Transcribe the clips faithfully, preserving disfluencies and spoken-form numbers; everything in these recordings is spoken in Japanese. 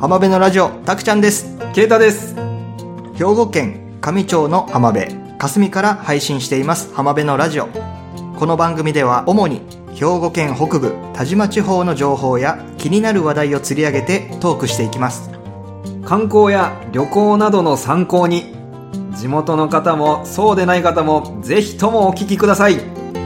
浜辺のラジオ、たくちゃんです。 ケイタです。 兵庫県香美町の浜辺、霞から配信しています浜辺のラジオ。この番組では主に兵庫県北部但馬地方の情報や気になる話題を釣り上げてトークしていきます。 観光や旅行などの参考に、地元の方もそうでない方もぜひともお聞きください。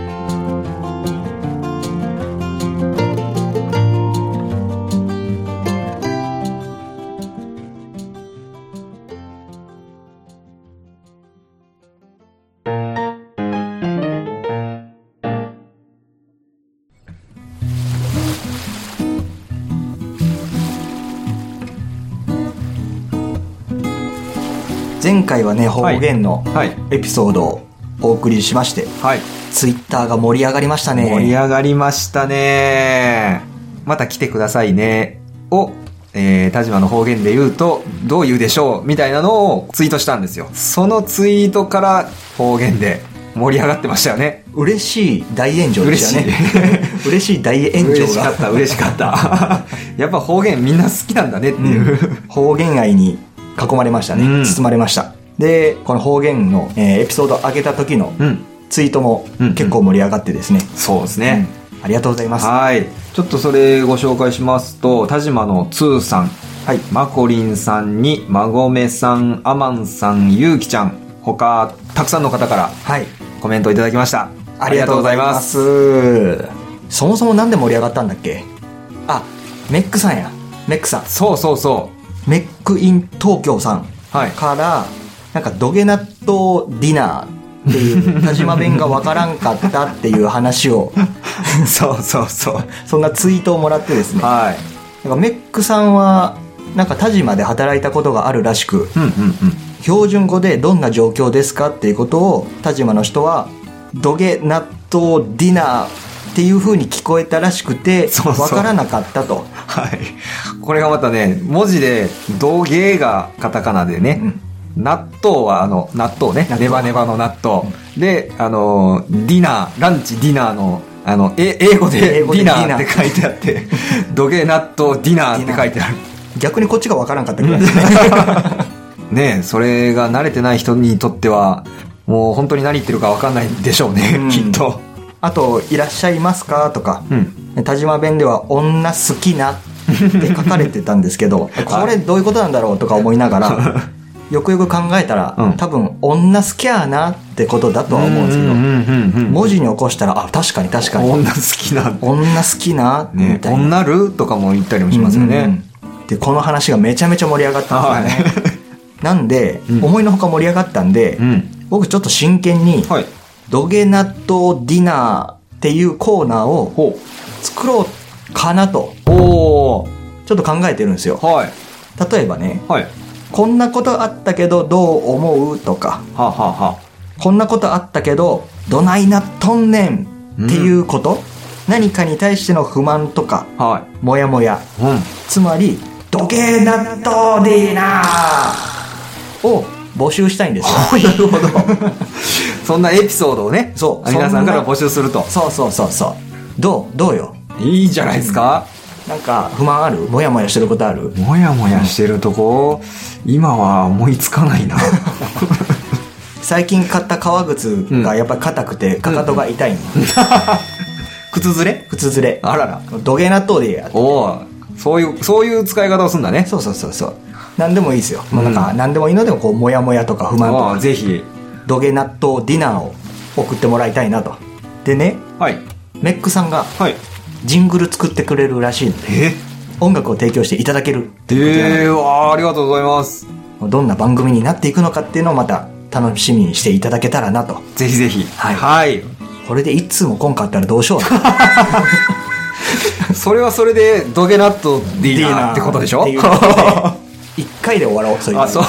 前回はね、方言のエピソードをお送りしまして、 はい、 ツイッターが盛り上がりましたね。 盛り上がりましたね。また来てくださいねを、えー、但馬の方言で言うとどう言うでしょうみたいなのをツイートしたんですよ。そのツイートから方言で盛り上がってましたよね。 嬉しい大炎上でしたね。嬉しい大炎上が嬉しかった嬉しかったやっぱ方言みんな好きなんだねっていう、うん、 方言愛に囲まれましたね、うん、包まれました。でこの方言の、えー、エピソードを上げた時のツイートも結構盛り上がってですね、 うんうん、そうですね、 うん、ありがとうございます。 はい、ちょっとそれご紹介しますと、但馬のつーさん、はい、まこりんさんにまごめさん、あまんさん、ゆうきちゃん、他たくさんの方からコメントをいただきました、はい、 ありがとうございます。そもそもなんで盛り上がったんだっけ。あ、メックさんや。メックさん、 そうそうそう、 メックイン東京さんから、はい、なんかドゲ納豆ディナーっていう但馬弁がわからんかったっていう話をそうそうそう、 そんなツイートをもらってですね、 はい、 なんかメックさんはなんか但馬で働いたことがあるらしく、 うんうんうん、 標準語でどんな状況ですかっていうことを但馬の人はドゲ納豆ディナーっていう風に聞こえたらしくて、わからなかったと。 はい、これがまたね、文字でドゲがカタカナでね、うん、納豆はあの納豆ね、ネバネバの納豆、うん、で、あのディナー、ランチディナーのあのえ英語でディナーって書いてあってドゲ納豆ディナーって書いてある。 逆にこっちがわからんかったぐらいですねねえ、それが慣れてない人にとってはもう本当に何言ってるかわかんないでしょうね、うん、きっと。 あといらっしゃいますかとか、うん、但馬弁では女好きなって書かれてたんですけどこれどういうことなんだろうとか思いながらよくよく考えたら、うん、多分女好きやなってことだとは思うんですけど、文字に起こしたら、あ、確かに確かに女好きな女好きなみたいな、 ね、女るとかも言ったりもしますよね、うんうん、 でこの話がめちゃめちゃ盛り上がったんですよね、はい、なんで、うん、思いのほか盛り上がったんで、うん、僕ちょっと真剣に、はい、ドゲ納豆ディナーっていうコーナーを作ろうかなとおちょっと考えてるんですよ、はい、例えばね、はい、こんなことあったけどどう思うとか、はあはあはあ、こんなことあったけどどないなっとんねんっていうこと、うん、何かに対しての不満とか、はい、もやもや、うん、つまりドゲ納豆ディナーを募集したいんですよ。 なるほどそんなエピソードをね、そう皆さんから募集すると。 そうそうそうそう、どうどうよ、 いいじゃないですか。 なんか不満ある？もやもやしてることある？ もやもやしてるとこ、うん、今は思いつかないな最近買った革靴がやっぱり硬くてかかとが痛いの、うんうん、 靴ずれ？ 靴ずれ。 あらら、 ドゲ納豆でやって。 おそういうそういう使い方をするんだね。 そうそうそうそう、何でもいいですよ、うん、なんか何でもいいのでもこうもやもやとか不満とかぜひドゲ納豆ディナーを送ってもらいたいなと。でね、はい、メックさんがジングル作ってくれるらしいので、え音楽を提供していただけるっていうことで、 えー、わありがとうございます。 どんな番組になっていくのかっていうのをまた楽しみにしていただけたらなと。 ぜひぜひ、 はい、はい、これでいつも来んかったらどうしようそれはそれでドゲ納豆ディナーってことでしょ。 いっかいで終わろう。そういうあそう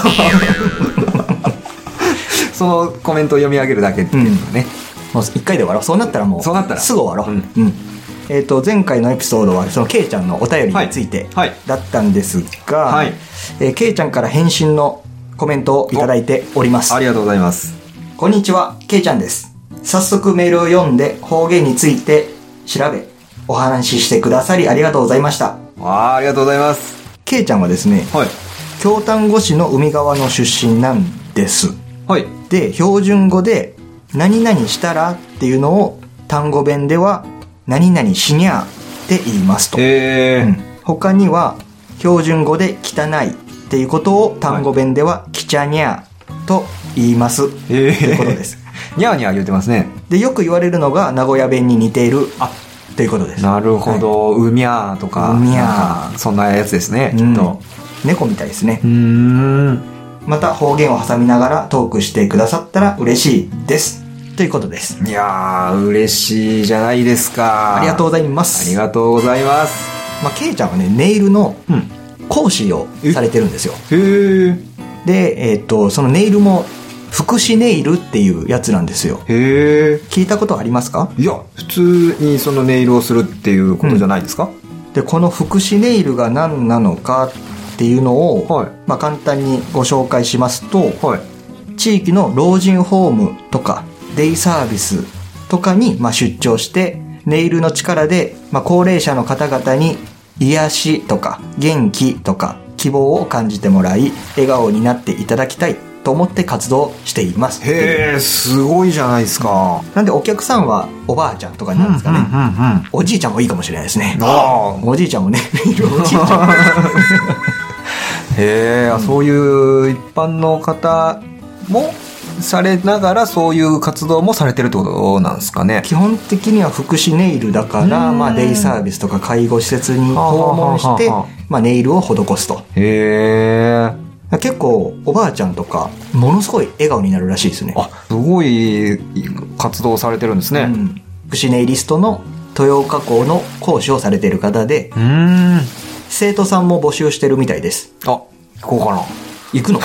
そのコメントを読み上げるだけっていうのね、 うん、もういっかいで終わろう。そうなったらもうそうなったらすぐ終わろう、うんうん、えー、と前回のエピソードはそのケイちゃんのお便りについてだったんですが、はいはい、えー、ケイちゃんから返信のコメントをいただいております。 ありがとうございます。 こんにちは、ケイちゃんです。早速メールを読んで方言について調べお話ししてくださりありがとうございました。 あありがとうございます。 ケイちゃんはですね、はい、京丹後市の海側の出身なんです。はい。で、標準語で何々したらっていうのを単語弁では何々しにゃって言いますと。へー。うん、他には標準語で汚いっていうことを単語弁ではきちゃにゃと言いますということです。 にゃーにゃー言ってますね。 で、よく言われるのが名古屋弁に似ているあということです。 なるほど、はい、うみゃーとか、 うみゃー、 そんなやつですね、きっと。 猫みたいですね。うーん。また方言を挟みながらトークしてくださったら嬉しいですということです。 いやー、嬉しいじゃないですか。 ありがとうございます。 ありがとうございます。 まあ、ケイちゃんはね、ネイルの講師をされてるんですよ。 へー。 で、えっと、そのネイルも福祉ネイルっていうやつなんですよ。 へー。 聞いたことありますか？ いや、普通にそのネイルをするっていうことじゃないですか？ うん、で、この福祉ネイルが何なのかっていうのを、はい、まあ、簡単にご紹介しますと、はい、地域の老人ホームとかデイサービスとかにまあ出張してネイルの力でまあ高齢者の方々に癒しとか元気とか希望を感じてもらい笑顔になっていただきたいと思って活動しています。 へー、すごいじゃないですか。 なんでお客さんはおばあちゃんとかになるんですかね、うんうんうんうん、おじいちゃんもいいかもしれないですね。あ、おじいちゃんもねネイルおじいちゃんへー、うん、そういう一般の方もされながらそういう活動もされてるってことなんですかね。 基本的には福祉ネイルだから、まあ、デイサービスとか介護施設に訪問して、まあ、ネイルを施すと。 へー。 結構おばあちゃんとかものすごい笑顔になるらしいですね。 あ、すごい活動されてるんですね。うん、 福祉ネイリストの豊岡校の講師をされている方で、うーん、生徒さんも募集してるみたいです。 あ、行こうかな。 行くの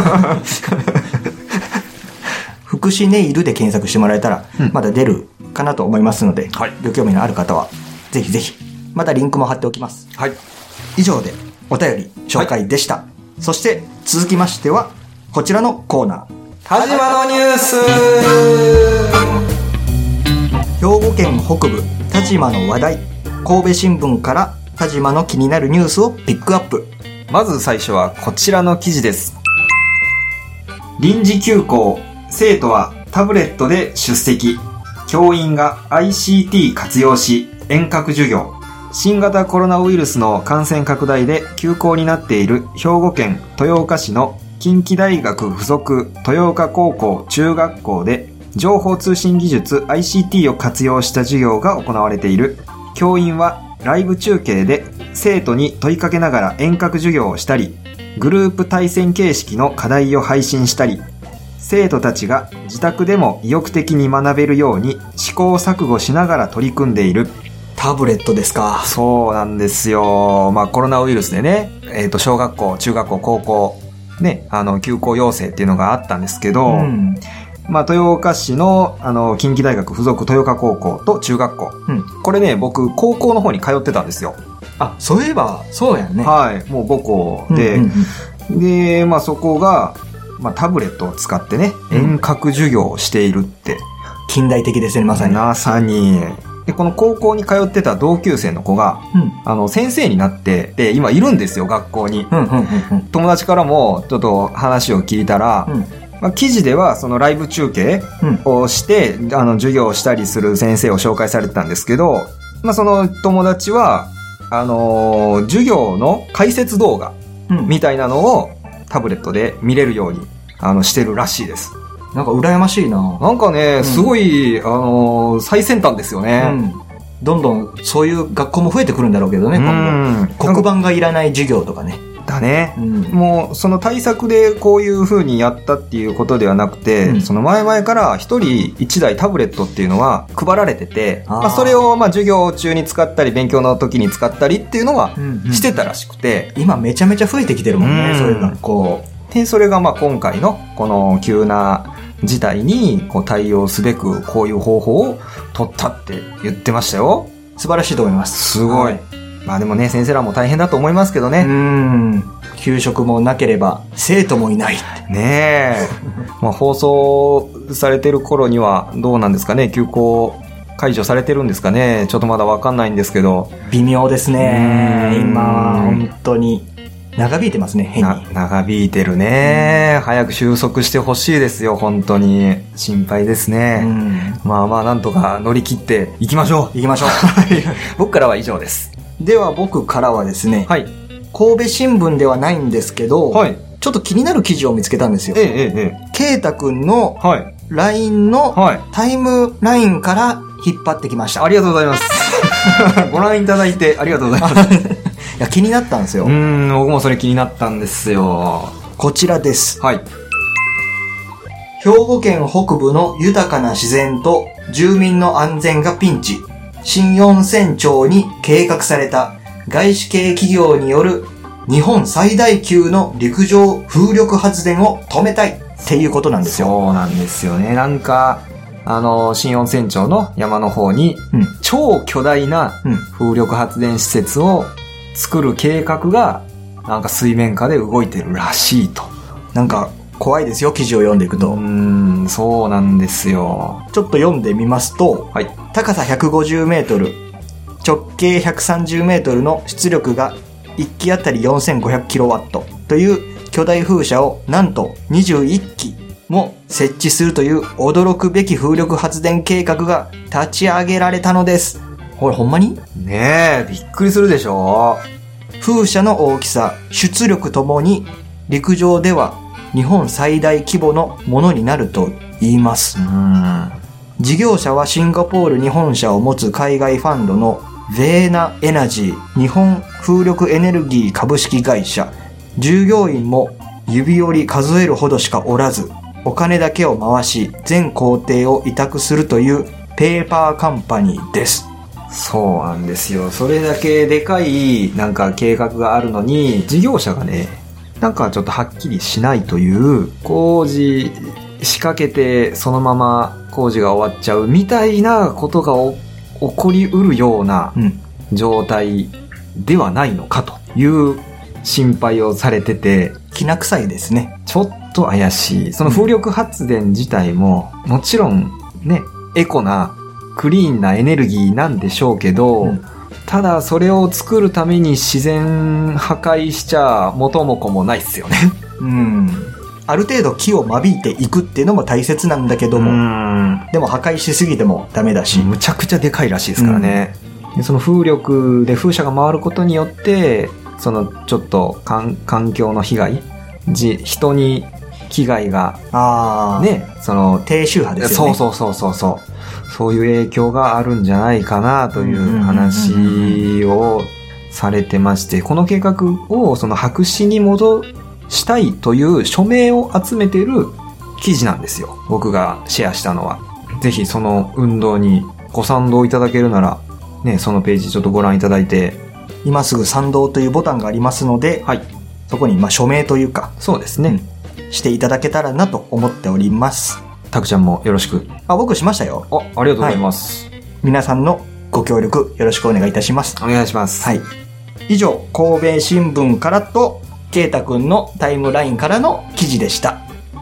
福祉ネイルで検索してもらえたら、うん、まだ出るかなと思いますので、はい、ご興味のある方はぜひぜひ、またリンクも貼っておきます。はい。以上でお便り紹介でした。はい、そして続きましてはこちらのコーナー、 田島のニュース。 兵庫県北部田島の話題、神戸新聞から田島の気になるニュースをピックアップ。 まず最初はこちらの記事です。臨時休校、生徒はタブレットで出席、教員が アイシーティー 活用し遠隔授業。新型コロナウイルスの感染拡大で休校になっている兵庫県豊岡市の近畿大学附属豊岡高校中学校で情報通信技術 アイシーティー を活用した授業が行われている。教員はライブ中継で生徒に問いかけながら遠隔授業をしたり、グループ対戦形式の課題を配信したり、生徒たちが自宅でも意欲的に学べるように試行錯誤しながら取り組んでいる。 タブレットですか。 そうなんですよ。まあコロナウイルスでね、えっと小学校、中学校、高校ね、あの休校要請っていうのがあったんですけど、うん、まあ豊岡市のあの近畿大学附属豊岡高校と中学校、うん、これね僕高校の方に通ってたんですよ。 あ、そういえばそうやね。 はい、もう母校で、うんうんうん、でまあそこがまあ、タブレットを使ってね、遠隔授業をしているって。 近代的ですね、まさに。 まさに。で、この高校に通ってた同級生の子が、うん、あの、先生になって、で、今いるんですよ、学校に。うんうんうんうん、友達からも、ちょっと話を聞いたら、うんまあ、記事では、そのライブ中継をして、うん、あの、授業をしたりする先生を紹介されてたんですけど、まあ、その友達は、あのー、授業の解説動画みたいなのを、タブレットで見れるようにあのしてるらしいです。 なんか羨ましいな。 なんかね、うん、すごいあのー、最先端ですよね、うん。 どんどんそういう学校も増えてくるんだろうけどね。今後黒板がいらない授業とかね。 だね、うん。もうその対策でこういう風にやったっていうことではなくて、うん、その前々から一人一台タブレットっていうのは配られてて、あ、まあ、それをまあ授業中に使ったり勉強の時に使ったりっていうのはしてたらしくて、 うんうん、今めちゃめちゃ増えてきてるもんね、うん、そういう学校で、それがまあ今回のこの急な事態にこう対応すべくこういう方法を取ったって言ってましたよ。 素晴らしいと思います。 すごい、はい。まあでもね、先生らも大変だと思いますけどね。うーん。給食もなければ生徒もいない。 ねえ。まあ放送されてる頃にはどうなんですかね。休校解除されてるんですかね。ちょっとまだわかんないんですけど。 微妙ですね。今は本当に。 長引いてますね、変に。 長引いてるね、うん。早く収束してほしいですよ、本当に。心配ですね。うん、まあまあ、なんとか乗り切っていきましょう。 行きましょう。 僕からは以上です。 では僕からはですね、 はい、 神戸新聞ではないんですけど、はい、ちょっと気になる記事を見つけたんですよ。 ええええ。 ケイタくんの ライン のタイムラインから引っ張ってきました。 ありがとうございます。ご覧いただいてありがとうございます。 いや、気になったんですよ。 うん、僕もそれ気になったんですよ。 こちらです。 はい。 兵庫県北部の豊かな自然と住民の安全がピンチ。新温泉町に計画された外資系企業による日本最大級の陸上風力発電を止めたいっていうことなんですよ。 そうなんですよね。なんか、あの、新温泉町の山の方に、うん、超巨大な風力発電施設を作る計画が、なんか水面下で動いてるらしいと。 なんか怖いですよ、記事を読んでいくと。 うーん、そうなんですよ。 ちょっと読んでみますと、はい、高さひゃくごじゅうメートル、直径ひゃくさんじゅうメートルの出力がいっきあたりよんせんごひゃくキロワットという巨大風車をなんとにじゅういっきも設置するという驚くべき風力発電計画が立ち上げられたのです。これほんまに？ ねえ、びっくりするでしょ。 風車の大きさ、出力ともに陸上では日本最大規模のものになると言います。 うーん、 事業者はシンガポールに本社を持つ海外ファンドのヴェーナエナジー日本風力エネルギー株式会社。従業員も指折り数えるほどしかおらず、お金だけを回し全工程を委託するというペーパーカンパニーです。 そうなんですよ。それだけでかいなんか計画があるのに、事業者がね、なんかちょっとはっきりしないという、工事仕掛けてそのまま工事が終わっちゃうみたいなことが起こりうるような状態ではないのかという心配をされてて、 きな臭いですね。 ちょっと怪しい。その風力発電自体ももちろんね、エコなクリーンなエネルギーなんでしょうけど、うん、ただそれを作るために自然破壊しちゃ元も子もないっすよね。 うん。ある程度木を間引いていくっていうのも大切なんだけども、うん、でも破壊しすぎてもダメだし、 むちゃくちゃでかいらしいですからね。うん、でその風力で風車が回ることによって、そのちょっと環境の被害、じ人に危害があね、その低周波ですよね。 そうそうそうそうそうそういう影響があるんじゃないかなという話をされてまして、この計画をその白紙に戻したいという署名を集めている記事なんですよ。僕がシェアしたのは。ぜひその運動にご賛同いただけるならね、そのページちょっとご覧いただいて、 今すぐ賛同というボタンがありますので、 はい、 そこにまあ署名というか、 そうですね、 うん、していただけたらなと思っております。 たくちゃんもよろしく。 あ、僕しましたよ。 あ、ありがとうございます。 はい、皆さんのご協力よろしくお願いいたします。 お願いします。 はい。以上、神戸新聞からとケイタくんのタイムラインからの記事でした。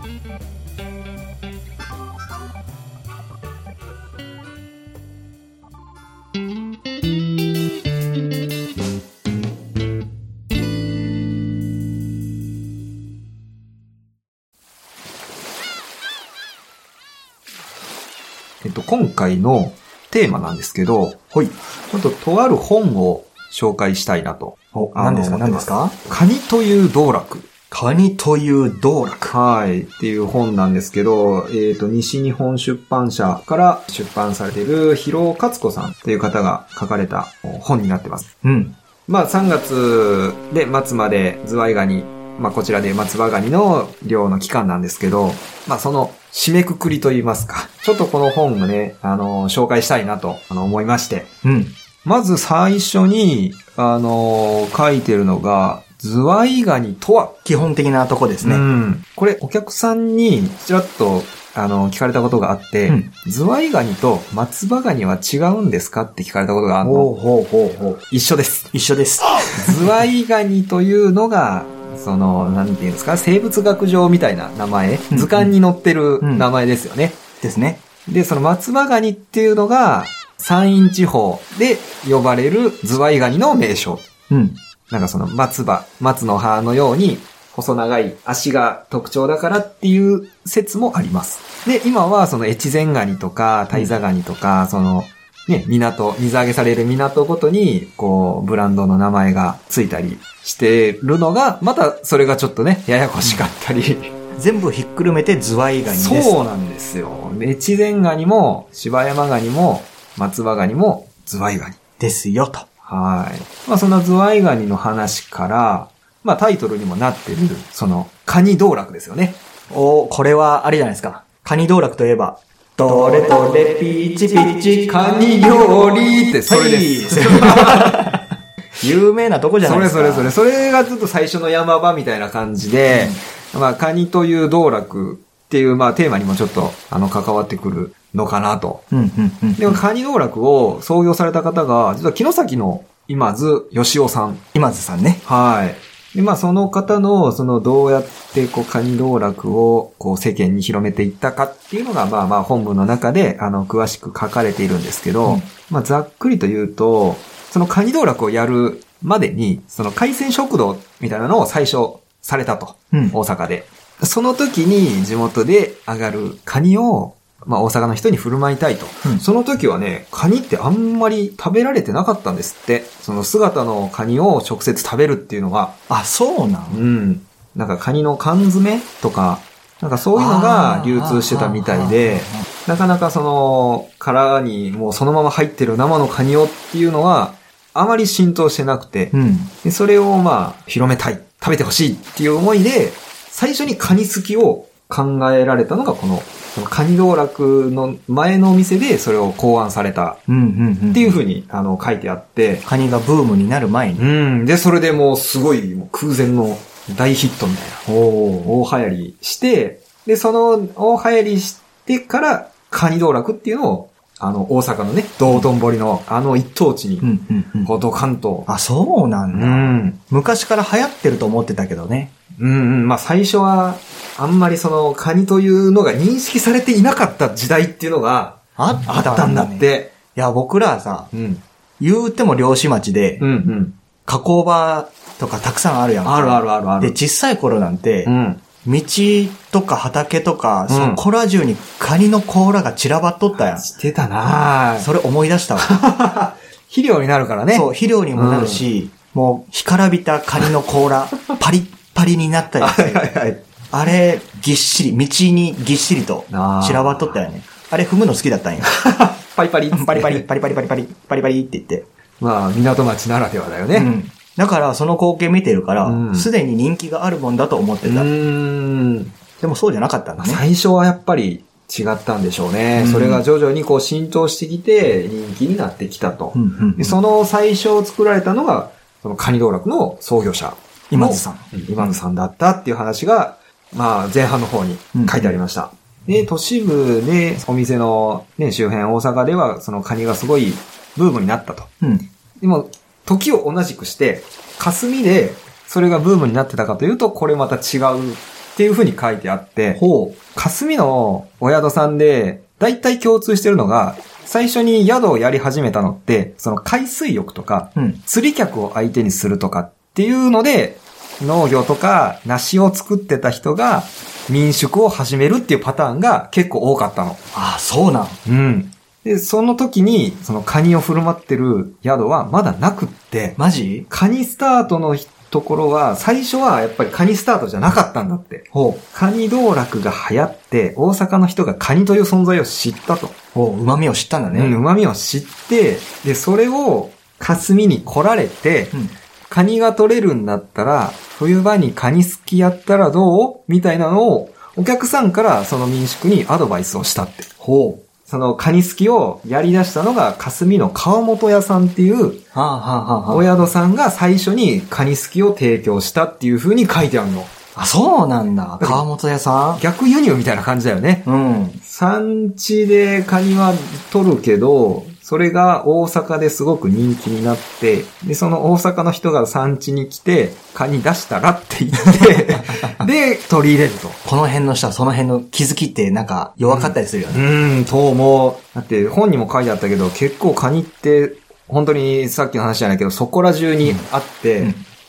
えっと、今回のテーマなんですけど、 はい。 ちょっととある本を紹介したいなと。 お、何ですか何ですか？ カニという道楽。 カニという道楽。 はい。っていう本なんですけど、えっと、西日本出版社から出版されている広尾勝子さんっていう方が書かれた本になってます。 うん。 まあさんがつで末までズワイガニ、まあこちらで松葉ガニの漁の期間なんですけど、まあその締めくくりといいますか、ちょっとこの本をね、あの、紹介したいなと、あの、思いまして。 うん。 まず最初に、あの、書いてるのが、ズワイガニとは？ 基本的なとこですね。 うん。これ、お客さんに、ちらっと、あの、聞かれたことがあって、うん、ズワイガニと松葉ガニは違うんですかって聞かれたことがあるの。 ほうほうほうほう。 一緒です。 一緒です。 ズワイガニというのが、その、なんていうんですか、生物学上みたいな名前、うん、図鑑に載ってる名前ですよね。 うん、ですね。 で、その松葉ガニっていうのが、山陰地方で呼ばれるズワイガニの名称。 うん。 なんかその松葉、松の葉のように細長い足が特徴だからっていう説もあります。で、今はその越前ガニとかタイザガニとか、うん、そのね、港、水揚げされる港ごとに、こう、ブランドの名前がついたりしてるのが、またそれがちょっとね、ややこしかったり。 うん、全部ひっくるめてズワイガニです。 そうなんですよ。越前ガニも、柴山ガニも、松葉ガニも、ズワイガニ。 ですよ、と。 はい。まあそのズワイガニの話から、まあタイトルにもなってる、その、カニ道楽ですよね。 お、これはあれじゃないですか。カニ道楽といえば、どれどれピーチピーチカニ料理ってそれです。はい、有名なとこじゃないですか。 それそれそれ。それがちょっと最初の山場みたいな感じで、うん、まあカニという道楽っていうまあテーマにもちょっとあの関わってくるのかなと。 うんうんうん、 でもカニ道楽を創業された方が、実は城崎の今津義雄さん。 今津さんね。 はい。で、まあその方の、そのどうやってこうカニ道楽をこう世間に広めていったかっていうのがまあまあ本文の中であの詳しく書かれているんですけど、うん、まあざっくりと言うと、そのカニ道楽をやるまでに、その海鮮食堂みたいなのを最初されたと。うん、大阪で。その時に地元で上がるカニをまあ大阪の人に振る舞いたいと、うん。その時はね、カニってあんまり食べられてなかったんですって。その姿のカニを直接食べるっていうのが。 あ、そうなん？ うん。なんかカニの缶詰とか、なんかそういうのが流通してたみたいで、なかなかその殻にもうそのまま入ってる生のカニをっていうのはあまり浸透してなくて、うん、でそれをまあ広めたい、食べてほしいっていう思いで、最初にカニ好きを考えられたのがこのカニ道楽の前のお店でそれを考案されたっていう風にあの書いてあって、 カニがブームになる前に、 うん、でそれでもうすごいもう空前の大ヒットみたいな大流行りして、でその大流行りしてからカニ道楽っていうのをあの大阪のね道頓堀のあの一等地にこうドカンと、 あ、そうなんだ、うん、昔から流行ってると思ってたけどね。 うんうん、まあ最初はあんまりそのカニというのが認識されていなかった時代っていうのがあったんだって。 いや、僕らはさ、うん、言うても漁師町で、うんうん、加工場とかたくさんあるやん。 あるあるあるある。 で、小さい頃なんて、うん、道とか畑とか、そこら中にカニの甲羅が散らばっとったやん。 してたなぁ。 それ思い出したわ。 肥料になるからね。 そう、肥料にもなるし、うん、もう、干からびたカニの甲羅、パリッパリになったりして。はいはいはい、あれ、ぎっしり、道にぎっしりと散らばっとったよね。あれ踏むの好きだったんや。 パリパリ。 パリパリ、パリパリパリパリ、パリパリって言って。 まあ、港町ならではだよね。うん。 だから、その光景見てるから、すで、うん、に人気があるもんだと思ってた。うーん。でもそうじゃなかったんだね。 最初はやっぱり違ったんでしょうね。うん、それが徐々にこう浸透してきて人気になってきたと。うんうんうん、でその最初を作られたのが、そのカニ道楽の創業者。 今津さん。 今津さんだったっていう話が、まあ前半の方に書いてありました。うん、で、都市部でお店のね、周辺大阪ではそのカニがすごいブームになったと。うん、でも、時を同じくして、霞でそれがブームになってたかというと、これまた違うっていう風に書いてあって、ほう。霞のお宿さんで、だいたい共通してるのが、最初に宿をやり始めたのって、その海水浴とか、うん、釣り客を相手にするとかっていうので、農業とか梨を作ってた人が民宿を始めるっていうパターンが結構多かったの。 ああ、そうなん。 うん。で、その時に、そのカニを振る舞ってる宿はまだなくって、 マジ？ カニスタートのところは、最初はやっぱりカニスタートじゃなかったんだって。ほう。カニ道楽が流行って、大阪の人がカニという存在を知ったと。 ほう、旨味を知ったんだね。 うん、旨味を知って、で、それを霞に来られて、うん、カニが取れるんだったら、冬場にカニすきやったらどう？みたいなのを、お客さんからその民宿にアドバイスをしたって。ほう。そのカニすきをやり出したのが、霞の川本屋さんっていう、お宿さんが最初にカニすきを提供したっていう風に書いてあるの。 あ、そうなんだ。川本屋さん？ 逆輸入みたいな感じだよね。うん。産地でカニは取るけど、それが大阪ですごく人気になって、で、その大阪の人が産地に来て、カニ出したらって言って、で、取り入れると。 この辺の人はその辺の気づきってなんか弱かったりするよね。 うん、うん、と思う。だって本にも書いてあったけど、結構カニって、本当にさっきの話じゃないけど、そこら中にあって、うんうん、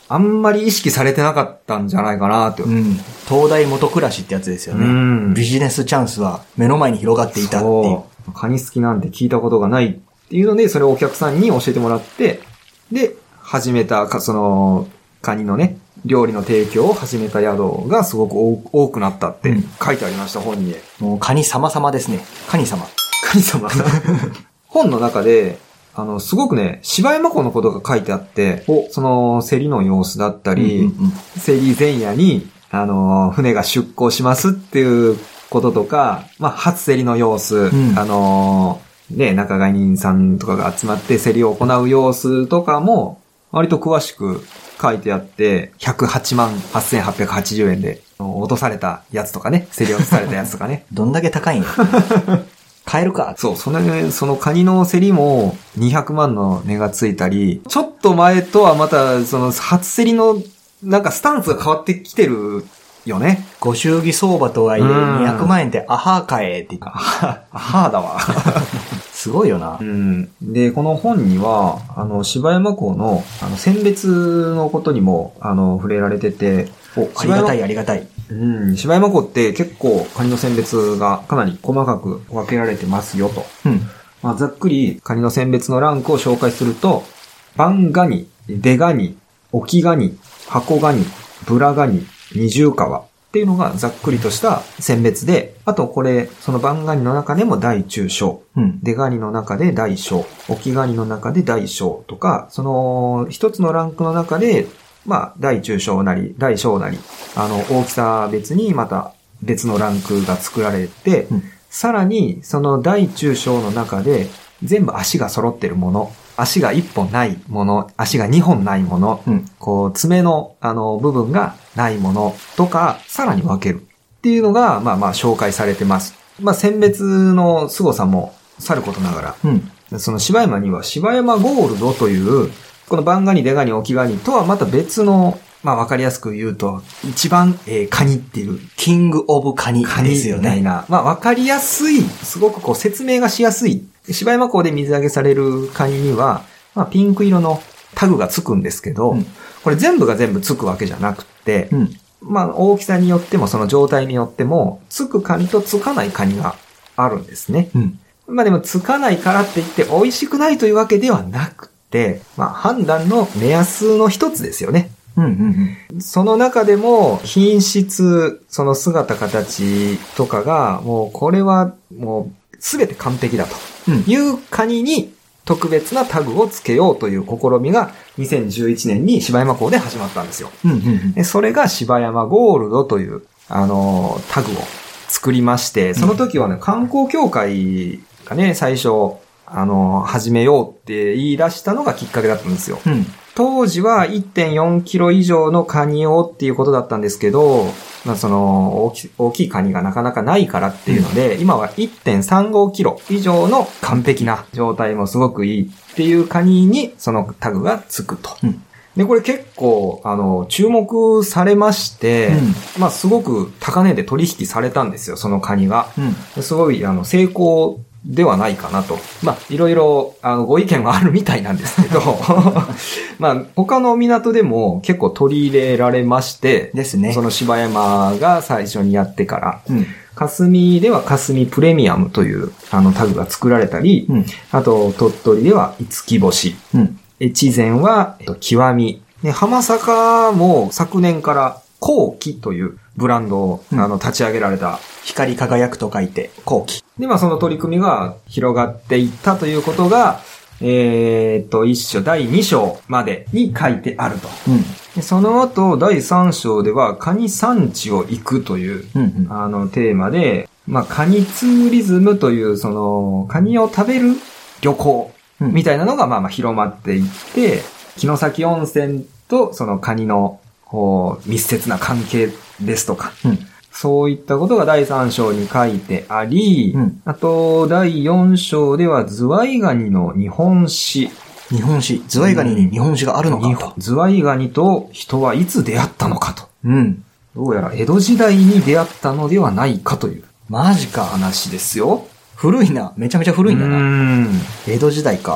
あんまり意識されてなかったんじゃないかなと。 うん。東大元暮らしってやつですよね。うん。ビジネスチャンスは目の前に広がっていたっていう。 カニ好きなんて聞いたことがないっていうので、それをお客さんに教えてもらって、で、始めた、その、カニのね、料理の提供を始めた宿がすごく多くなったって書いてありました、うん、本に。 もうカニ様々ですね。カニ様。 カニ様。本の中で、あの、すごくね、柴山港のことが書いてあって、その、競りの様子だったり、うんうんうん、競り前夜に、あの、船が出港しますっていうこととか、まあ、初競りの様子、うん、あの、ね、仲買人さんとかが集まって競りを行う様子とかも、割と詳しく書いてあって、ひゃくはちまんはっせんはっぴゃくはちじゅうえんで、落とされたやつとかね、競り落とされたやつとかね。 どんだけ高いんや。買えるか。 そう、そのね、そのカニの競りもにひゃくまんの値がついたり、ちょっと前とはまた、その初競りの、なんかスタンスが変わってきてるよね。 ご祝儀相場とはいえ、にひゃくまんえんってアハー買えって言った。 アハーだわ。 すごいよな。 うん。で、この本には、あの、柴山港の、あの、選別のことにも、あの、触れられてて、 お、ありがたいありがたい。 うん。柴山港って結構カニの選別がかなり細かく分けられてますよと。うん。まあ、ざっくりカニの選別のランクを紹介すると、バンガニ、デガニ、オキガニ、ハコガニ、ブラガニ、二重川っていうのがざっくりとした選別で、あとこれ、そのバンガニの中でも大中小、うん、デガニの中で大小、オキガニの中で大小とか、その一つのランクの中で、まあ、大中小なり、大小なり、あの、大きさ別にまた別のランクが作られて、うん、さらにその大中小の中で全部足が揃ってるもの、足が一本ないもの、足が二本ないもの、うん、こう、爪の、あの、部分がないものとか、さらに分けるっていうのが、まあまあ紹介されてます。まあ、選別の凄さもさることながら、うん、その柴山には柴山ゴールドという、このバンガニ、デガニ、オキガニとはまた別の、まあわかりやすく言うと、一番、えー、カニっていう、 キングオブカニですよね。 みたいな。まあわかりやすい、すごくこう説明がしやすい。柴山港で水揚げされるカニには、まあピンク色のタグがつくんですけど、うん、これ全部が全部つくわけじゃなくて、うん、まあ大きさによってもその状態によっても、つくカニとつかないカニがあるんですね。うん、まあでもつかないからって言って美味しくないというわけではなくて、まあ判断の目安の一つですよね。うんうんうん、その中でも品質、その姿形とかがもうこれはもうすべて完璧だというカニに特別なタグをつけようという試みがにせんじゅういちねんに柴山港で始まったんですよ。うんうんうん、でそれが柴山ゴールドというあのタグを作りまして、その時はね、観光協会がね最初あの始めようって言い出したのがきっかけだったんですよ。うん、当時は いってんよんキロ以上のカニをっていうことだったんですけど、まあその大き、大きいカニがなかなかないからっていうので、うん、今は いってんさんごキロ以上の完璧な状態もすごくいいっていうカニにそのタグがつくと。うん、で、これ結構、あの、注目されまして、うん、まあすごく高値で取引されたんですよ、そのカニが。うん、すごい、あの、成功ではないかなと。まあ、いろいろ、あの、ご意見はあるみたいなんですけど、まあ、他の港でも結構取り入れられまして、ですね。その柴山が最初にやってから、うん、霞では霞プレミアムという、あの、タグが作られたり、うん、あと、鳥取では五木星、うん、越前は、えっと、極み、で、浜坂も昨年から後期というブランドを、うん、あの、立ち上げられた、 光り輝くと書いて、後期。 で、まあその取り組みが広がっていったということが、えー、っと、一章、だいに章までに書いてあると。うん、でその後、だいさん章では、カニ産地を行くという、うんうん、あの、テーマで、まあ、カニツーリズムという、その、カニを食べる旅行みたいなのが、まあまあ広まっていって、城崎温泉とそのカニの、こう、密接な関係ですとか、うん、そういったことがだいさん章に書いてあり、うん、あとだいよん章ではズワイガニの日本史。 日本史。ズワイガニに日本史があるのかと。 ズワイガニと人はいつ出会ったのかと。うん。どうやら江戸時代に出会ったのではないかという。 マジか。 話ですよ。 古いな。めちゃめちゃ古いんだな。うん。江戸時代か。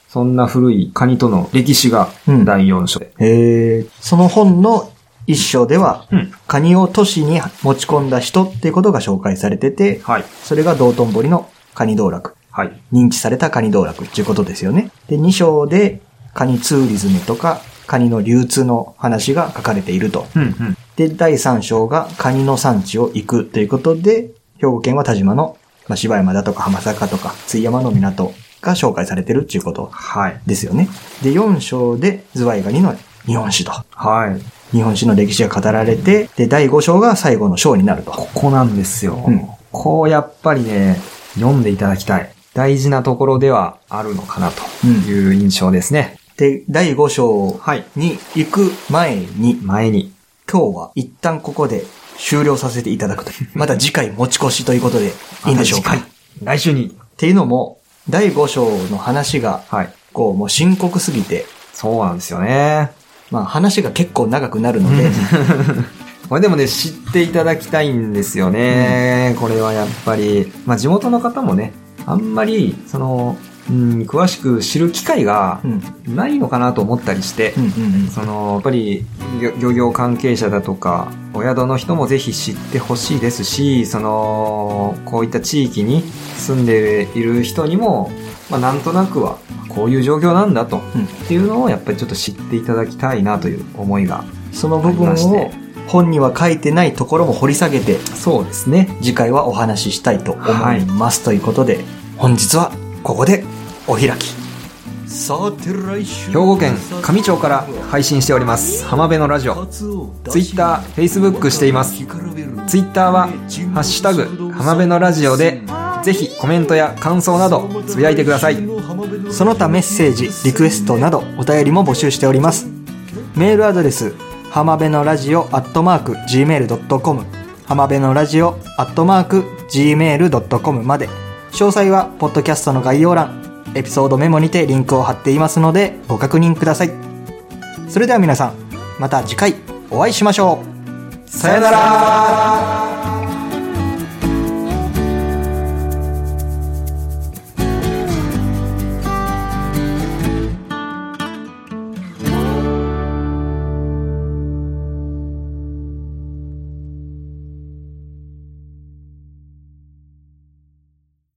そんな古いカニとの歴史がだいよん章で。 うん、へー。その本の一章では、うん、カニを都市に持ち込んだ人っていうことが紹介されてて、はい、それが道頓堀のカニ道楽。はい、認知されたカニ道楽っていうことですよね。で、に章でカニツーリズムとかカニの流通の話が書かれていると。うんうん、で、だいさん章がカニの産地を行くということで、兵庫県は田島の、まあ、柴山だとか浜坂とか津山の港が紹介されてるっていうことですよね。はい、で、よん章でズワイガニの日本史と。はい。日本史の歴史が語られて、で、だいご章が最後の章になると。 ここなんですよ。うん、こうやっぱりね、読んでいただきたい。大事なところではあるのかなという印象ですね。 うん、で、だいご章に行く前に、 前に、 今日は一旦ここで終了させていただくと。また次回持ち越しということでいいんでしょうか。 次回来週に。 っていうのも、だいご章の話が、はい、こう、もう深刻すぎて。 そうなんですよね。 まあ話が結構長くなるので。 これでもね、知っていただきたいんですよね。うん、これはやっぱり、まあ地元の方もね、あんまり、その、うん、詳しく知る機会がないのかなと思ったりして、うんうんうん、その、やっぱり漁業関係者だとか、お宿の人もぜひ知ってほしいですし、その、こういった地域に住んでいる人にも、まあなんとなくは、こういう状況なんだと、うん、っていうのをやっぱりちょっと知っていただきたいなという思いがありまして。 その部分を本には書いてないところも掘り下げて、 そうですね。 次回はお話ししたいと思います、はい、ということで、本日はここでお開き。 さて来週、兵庫県上町から配信しております浜辺のラジオ。ツイッター、フェイスブックしています。ツイッターはハッシュタグ浜辺のラジオでぜひコメントや感想などつぶやいてください。 その他メッセージ、リクエストなどお便りも募集しております。メールアドレス浜辺のラジオアットマーク ジーメールドットコム 浜辺のラジオアットマーク ジーメールドットコム まで。詳細はポッドキャストの概要欄、エピソードメモにてリンクを貼っていますのでご確認ください。それでは皆さん、また次回お会いしましょう。 さよなら。